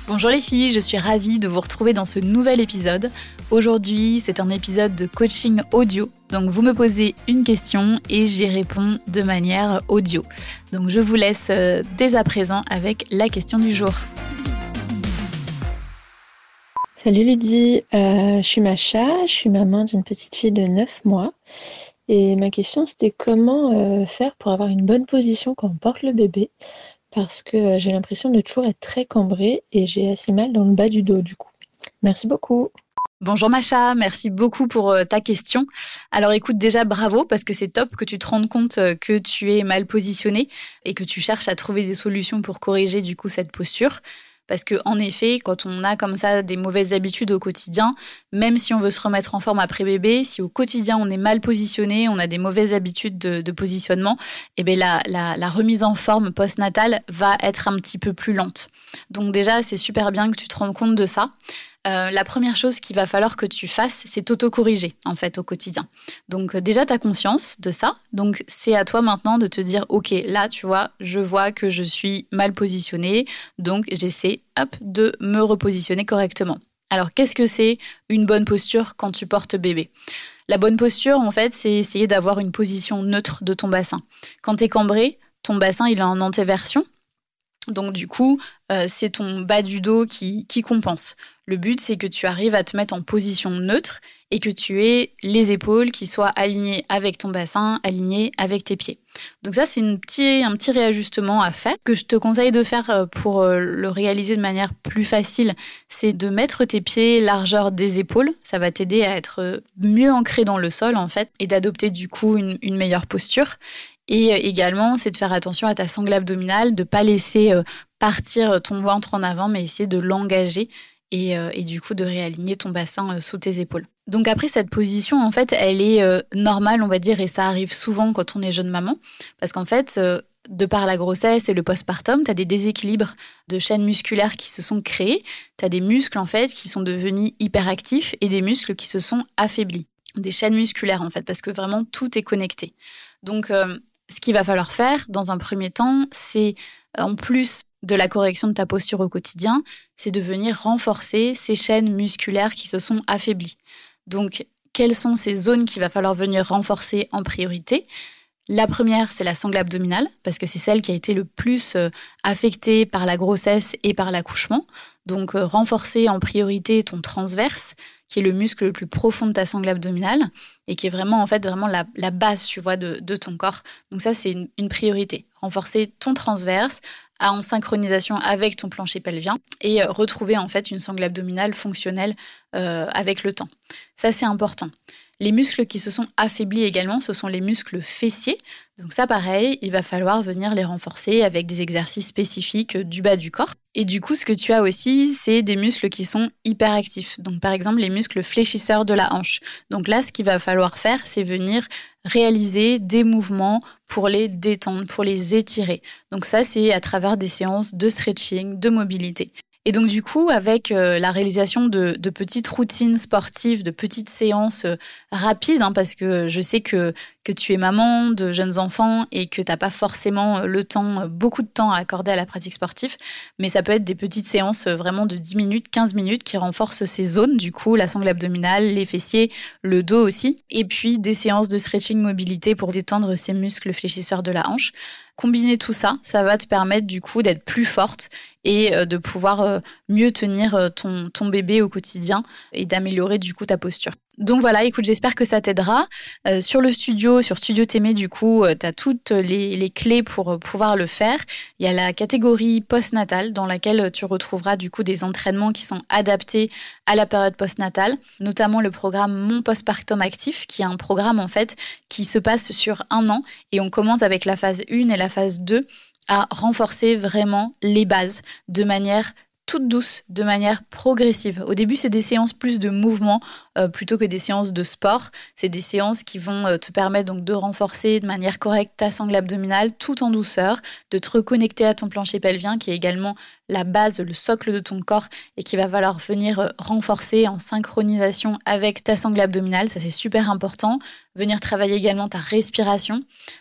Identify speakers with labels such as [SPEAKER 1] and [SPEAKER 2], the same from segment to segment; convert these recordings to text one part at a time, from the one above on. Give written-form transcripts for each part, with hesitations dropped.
[SPEAKER 1] Bonjour les filles, je suis ravie de vous retrouver dans ce nouvel épisode. Aujourd'hui, c'est un épisode de coaching audio. Donc vous me posez une question et j'y réponds de manière audio. Donc je vous laisse dès à présent avec la question du jour.
[SPEAKER 2] Salut Ludie, je suis Macha, je suis maman d'une petite fille de 9 mois. Et ma question c'était comment faire pour avoir une bonne position quand on porte le bébé. Parce que j'ai l'impression de toujours être très cambrée et j'ai assez mal dans le bas du dos du coup. Merci beaucoup.
[SPEAKER 1] Bonjour Macha, merci beaucoup pour ta question. Alors écoute, déjà bravo parce que c'est top que tu te rendes compte que tu es mal positionnée et que tu cherches à trouver des solutions pour corriger du coup cette posture. Parce que en effet, quand on a comme ça des mauvaises habitudes au quotidien, même si on veut se remettre en forme après bébé, si au quotidien on est mal positionné, on a des mauvaises habitudes de positionnement, eh bien la remise en forme post-natale va être un petit peu plus lente. Donc déjà, c'est super bien que tu te rendes compte de ça. La première chose qu'il va falloir que tu fasses, c'est t'auto-corriger en fait au quotidien. Donc déjà, tu as conscience de ça. Donc c'est à toi maintenant de te dire, ok, là, tu vois, je vois que je suis mal positionnée. Donc j'essaie, de me repositionner correctement. Alors qu'est-ce que c'est une bonne posture quand tu portes bébé ? La bonne posture, en fait, c'est essayer d'avoir une position neutre de ton bassin. Quand tu es cambré, ton bassin, il est en antéversion. Donc du coup, c'est ton bas du dos qui compense. Le but, c'est que tu arrives à te mettre en position neutre et que tu aies les épaules qui soient alignées avec ton bassin, alignées avec tes pieds. Donc ça, c'est un petit réajustement à faire. Ce que je te conseille de faire pour le réaliser de manière plus facile, c'est de mettre tes pieds largeur des épaules. Ça va t'aider à être mieux ancré dans le sol, en fait, et d'adopter du coup une meilleure posture. Et également, c'est de faire attention à ta sangle abdominale, de ne pas laisser partir ton ventre en avant, mais essayer de l'engager et du coup de réaligner ton bassin sous tes épaules. Donc après, cette position, en fait, elle est normale, on va dire, et ça arrive souvent quand on est jeune maman, parce qu'en fait, de par la grossesse et le postpartum, tu as des déséquilibres de chaînes musculaires qui se sont créés, tu as des muscles, en fait, qui sont devenus hyperactifs et des muscles qui se sont affaiblis. Des chaînes musculaires, en fait, parce que vraiment, tout est connecté. Donc, ce qu'il va falloir faire dans un premier temps, c'est en plus de la correction de ta posture au quotidien, c'est de venir renforcer ces chaînes musculaires qui se sont affaiblies. Donc, quelles sont ces zones qu'il va falloir venir renforcer en priorité ? La première, c'est la sangle abdominale, parce que c'est celle qui a été le plus affectée par la grossesse et par l'accouchement. Donc, renforcer en priorité ton transverse, qui est le muscle le plus profond de ta sangle abdominale et qui est vraiment, en fait, vraiment la base, tu vois, de ton corps. Donc ça, c'est une priorité. Renforcer ton transverse en synchronisation avec ton plancher pelvien et retrouver, en fait, une sangle abdominale fonctionnelle avec le temps. Ça, c'est important. Les muscles qui se sont affaiblis également, ce sont les muscles fessiers. Donc ça, pareil, il va falloir venir les renforcer avec des exercices spécifiques du bas du corps. Et du coup, ce que tu as aussi, c'est des muscles qui sont hyperactifs. Donc par exemple, les muscles fléchisseurs de la hanche. Donc là, ce qu'il va falloir faire, c'est venir réaliser des mouvements pour les détendre, pour les étirer. Donc ça, c'est à travers des séances de stretching, de mobilité. Et donc du coup, avec la réalisation de petites routines sportives, de petites séances rapides, parce que je sais que tu es maman de jeunes enfants et que tu n'as pas forcément le temps, beaucoup de temps à accorder à la pratique sportive, mais ça peut être des petites séances vraiment de 10 minutes, 15 minutes qui renforcent ces zones, du coup, la sangle abdominale, les fessiers, le dos aussi, et puis des séances de stretching mobilité pour détendre ces muscles fléchisseurs de la hanche. Combiner tout ça, ça va te permettre du coup d'être plus forte et de pouvoir mieux tenir ton bébé au quotidien et d'améliorer du coup ta posture. Donc voilà, écoute, j'espère que ça t'aidera. Sur Studio Témé, du coup, tu as toutes les clés pour pouvoir le faire. Il y a la catégorie postnatale dans laquelle tu retrouveras du coup des entraînements qui sont adaptés à la période postnatale, notamment le programme Mon Postpartum Actif, qui est un programme en fait qui se passe sur 1 an et on commence avec la phase 1 et la phase 2 à renforcer vraiment les bases de manière toute douce, de manière progressive. Au début, c'est des séances plus de mouvement plutôt que des séances de sport. C'est des séances qui vont te permettre donc de renforcer de manière correcte ta sangle abdominale tout en douceur, de te reconnecter à ton plancher pelvien qui est également la base, le socle de ton corps et qui va falloir venir renforcer en synchronisation avec ta sangle abdominale. Ça, c'est super important. Venir travailler également ta respiration.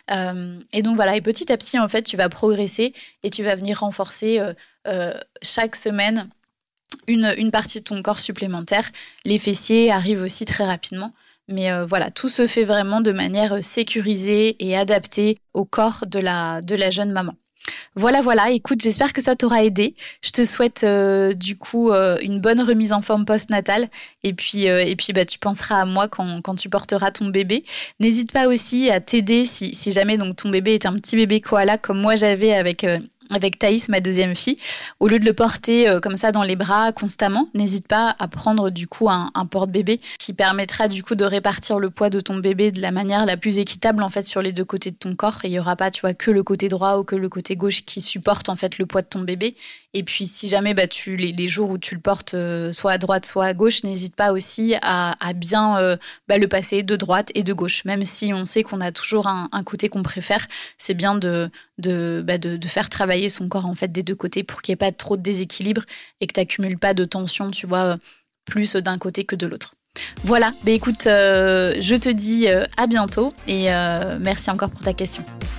[SPEAKER 1] Et donc voilà, et petit à petit, en fait, tu vas progresser et tu vas venir renforcer chaque semaine une partie de ton corps supplémentaire. Les fessiers arrivent aussi très rapidement. Mais voilà, tout se fait vraiment de manière sécurisée et adaptée au corps de la jeune maman. Voilà, écoute, j'espère que ça t'aura aidé. Je te souhaite une bonne remise en forme post-natale et puis tu penseras à moi quand tu porteras ton bébé. N'hésite pas aussi à t'aider si jamais donc ton bébé est un petit bébé koala comme moi j'avais avec Thaïs, ma deuxième fille. Au lieu de le porter comme ça dans les bras constamment, n'hésite pas à prendre du coup un porte-bébé qui permettra du coup de répartir le poids de ton bébé de la manière la plus équitable en fait sur les deux côtés de ton corps. Et il n'y aura pas, tu vois, que le côté droit ou que le côté gauche qui supporte en fait le poids de ton bébé. Et puis si jamais les jours où tu le portes soit à droite soit à gauche, n'hésite pas aussi à bien le passer de droite et de gauche. Même si on sait qu'on a toujours un côté qu'on préfère, c'est bien de faire travailler son corps en fait des deux côtés pour qu'il n'y ait pas trop de déséquilibre et que tu n'accumules pas de tension, tu vois, plus d'un côté que de l'autre. Voilà, écoute, je te dis à bientôt et merci encore pour ta question.